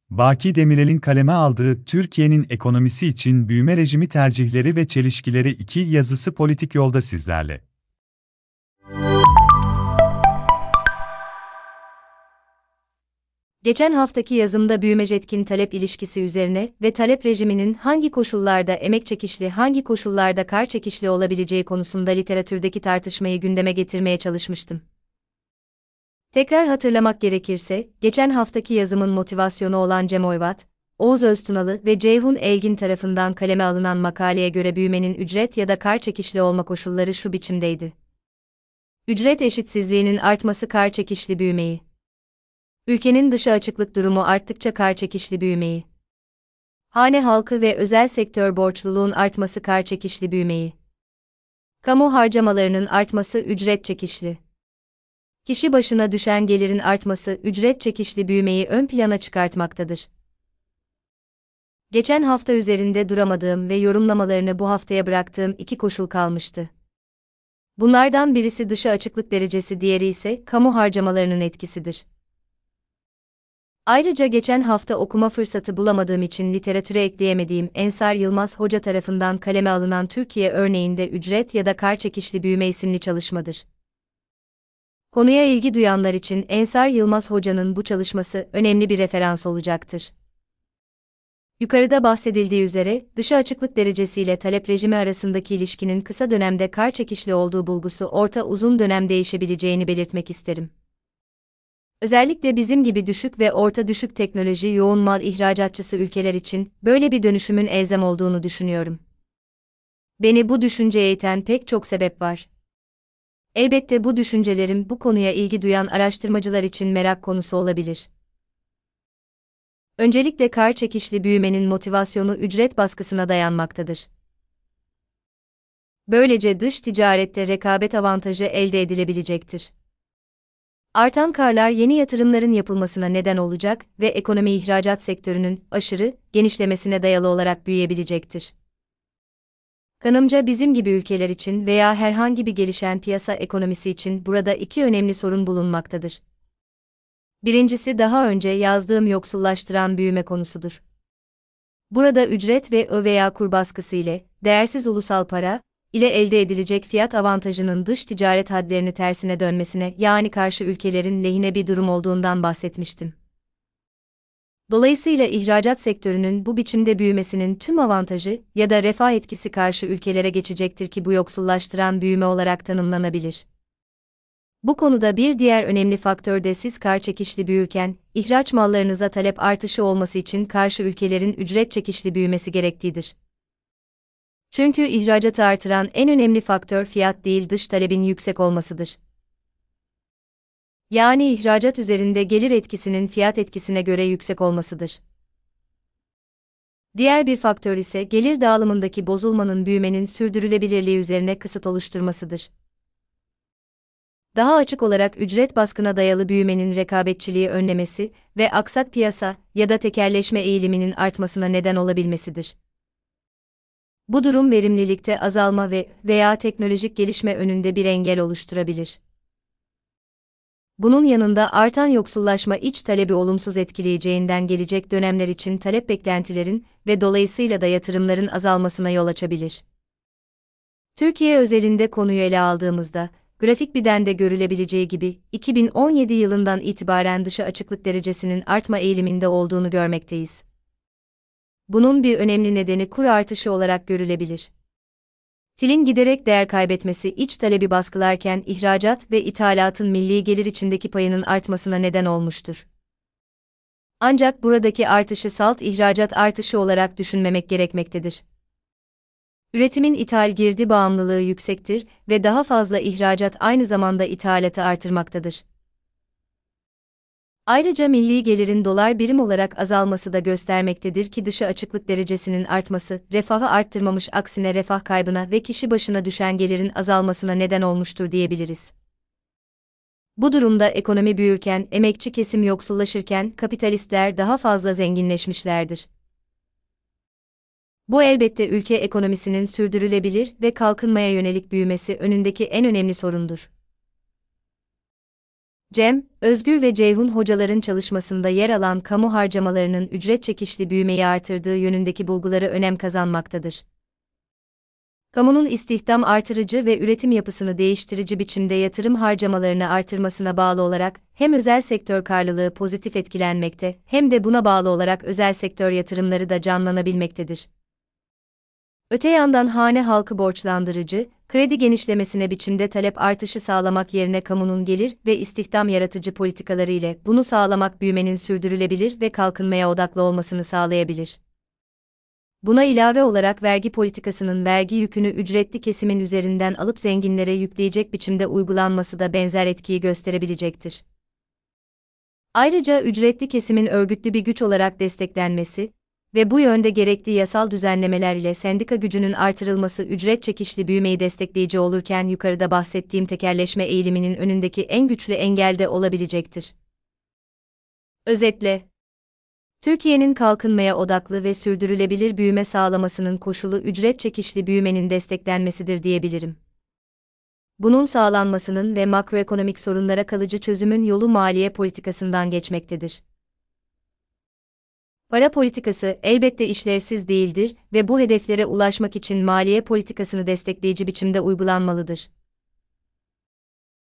Baki Demirel'in kaleme aldığı Türkiye'nin ekonomisi için büyüme rejimi tercihleri ve çelişkileri 2 yazısı politik yolda sizlerle. Geçen haftaki yazımda büyüme-etkin talep ilişkisi üzerine ve talep rejiminin hangi koşullarda emek çekişli, hangi koşullarda kar çekişli olabileceği konusunda literatürdeki tartışmayı gündeme getirmeye çalışmıştım. Tekrar hatırlamak gerekirse, geçen haftaki yazımın motivasyonu olan Cem Oyvat, Oğuz Öztunalı ve Ceyhun Elgin tarafından kaleme alınan makaleye göre büyümenin ücret ya da kar çekişli olma koşulları şu biçimdeydi. Ücret eşitsizliğinin artması kar çekişli büyümeyi. Ülkenin dışa açıklık durumu arttıkça kar çekişli büyümeyi. Hane halkı ve özel sektör borçluluğun artması kar çekişli büyümeyi. Kamu harcamalarının artması ücret çekişli. Kişi başına düşen gelirin artması ücret çekişli büyümeyi ön plana çıkartmaktadır. Geçen hafta üzerinde duramadığım ve yorumlamalarını bu haftaya bıraktığım 2 koşul kalmıştı. Bunlardan birisi dışa açıklık derecesi, diğeri ise kamu harcamalarının etkisidir. Ayrıca geçen hafta okuma fırsatı bulamadığım için literatüre ekleyemediğim Ensar Yılmaz Hoca tarafından kaleme alınan Türkiye örneğinde ücret ya da kar çekişli büyüme isimli çalışmadır. Konuya ilgi duyanlar için Ensar Yılmaz Hoca'nın bu çalışması önemli bir referans olacaktır. Yukarıda bahsedildiği üzere, dışa açıklık derecesiyle talep rejimi arasındaki ilişkinin kısa dönemde kar çekişli olduğu bulgusu orta uzun dönem değişebileceğini belirtmek isterim. Özellikle bizim gibi düşük ve orta düşük teknoloji yoğun mal ihracatçısı ülkeler için böyle bir dönüşümün elzem olduğunu düşünüyorum. Beni bu düşünceye iten pek çok sebep var. Elbette bu düşüncelerim bu konuya ilgi duyan araştırmacılar için merak konusu olabilir. Öncelikle kar çekişli büyümenin motivasyonu ücret baskısına dayanmaktadır. Böylece dış ticarette rekabet avantajı elde edilebilecektir. Artan karlar yeni yatırımların yapılmasına neden olacak ve ekonomi ihracat sektörünün aşırı genişlemesine dayalı olarak büyüyebilecektir. Kanımca bizim gibi ülkeler için veya herhangi bir gelişen piyasa ekonomisi için burada 2 önemli sorun bulunmaktadır. Birincisi daha önce yazdığım yoksullaştıran büyüme konusudur. Burada ücret veya kur baskısı ile, değersiz ulusal para ile elde edilecek fiyat avantajının dış ticaret hadlerini tersine dönmesine, yani karşı ülkelerin lehine bir durum olduğundan bahsetmiştim. Dolayısıyla ihracat sektörünün bu biçimde büyümesinin tüm avantajı ya da refah etkisi karşı ülkelere geçecektir ki bu yoksullaştıran büyüme olarak tanımlanabilir. Bu konuda bir diğer önemli faktör de siz kar çekişli büyürken, ihraç mallarınıza talep artışı olması için karşı ülkelerin ücret çekişli büyümesi gerektiğidir. Çünkü ihracatı artıran en önemli faktör fiyat değil, dış talebin yüksek olmasıdır. Yani ihracat üzerinde gelir etkisinin fiyat etkisine göre yüksek olmasıdır. Diğer bir faktör ise gelir dağılımındaki bozulmanın büyümenin sürdürülebilirliği üzerine kısıt oluşturmasıdır. Daha açık olarak ücret baskına dayalı büyümenin rekabetçiliği önlemesi ve aksak piyasa ya da tekelleşme eğiliminin artmasına neden olabilmesidir. Bu durum verimlilikte azalma veya teknolojik gelişme önünde bir engel oluşturabilir. Bunun yanında artan yoksullaşma iç talebi olumsuz etkileyeceğinden gelecek dönemler için talep beklentilerin ve dolayısıyla da yatırımların azalmasına yol açabilir. Türkiye özelinde konuyu ele aldığımızda, grafik birden de görülebileceği gibi, 2017 yılından itibaren dışa açıklık derecesinin artma eğiliminde olduğunu görmekteyiz. Bunun bir önemli nedeni kur artışı olarak görülebilir. TL'in giderek değer kaybetmesi iç talebi baskılarken ihracat ve ithalatın milli gelir içindeki payının artmasına neden olmuştur. Ancak buradaki artışı salt ihracat artışı olarak düşünmemek gerekmektedir. Üretimin ithal girdi bağımlılığı yüksektir ve daha fazla ihracat aynı zamanda ithalatı artırmaktadır. Ayrıca milli gelirin dolar birim olarak azalması da göstermektedir ki dışa açıklık derecesinin artması, refahı arttırmamış, aksine refah kaybına ve kişi başına düşen gelirin azalmasına neden olmuştur diyebiliriz. Bu durumda ekonomi büyürken, emekçi kesim yoksullaşırken kapitalistler daha fazla zenginleşmişlerdir. Bu elbette ülke ekonomisinin sürdürülebilir ve kalkınmaya yönelik büyümesi önündeki en önemli sorundur. Cem, Özgür ve Ceyhun hocaların çalışmasında yer alan kamu harcamalarının ücret çekişli büyümeyi artırdığı yönündeki bulguları önem kazanmaktadır. Kamunun istihdam artırıcı ve üretim yapısını değiştirici biçimde yatırım harcamalarını artırmasına bağlı olarak hem özel sektör karlılığı pozitif etkilenmekte hem de buna bağlı olarak özel sektör yatırımları da canlanabilmektedir. Öte yandan hane halkı borçlandırıcı, kredi genişlemesine biçimde talep artışı sağlamak yerine kamunun gelir ve istihdam yaratıcı politikaları ile bunu sağlamak büyümenin sürdürülebilir ve kalkınmaya odaklı olmasını sağlayabilir. Buna ilave olarak vergi politikasının vergi yükünü ücretli kesimin üzerinden alıp zenginlere yükleyecek biçimde uygulanması da benzer etkiyi gösterebilecektir. Ayrıca ücretli kesimin örgütlü bir güç olarak desteklenmesi ve bu yönde gerekli yasal düzenlemeler ile sendika gücünün artırılması ücret çekişli büyümeyi destekleyici olurken yukarıda bahsettiğim tekelleşme eğiliminin önündeki en güçlü engel de olabilecektir. Özetle, Türkiye'nin kalkınmaya odaklı ve sürdürülebilir büyüme sağlamasının koşulu ücret çekişli büyümenin desteklenmesidir diyebilirim. Bunun sağlanmasının ve makroekonomik sorunlara kalıcı çözümün yolu maliye politikasından geçmektedir. Para politikası elbette işlevsiz değildir ve bu hedeflere ulaşmak için maliye politikasını destekleyici biçimde uygulanmalıdır.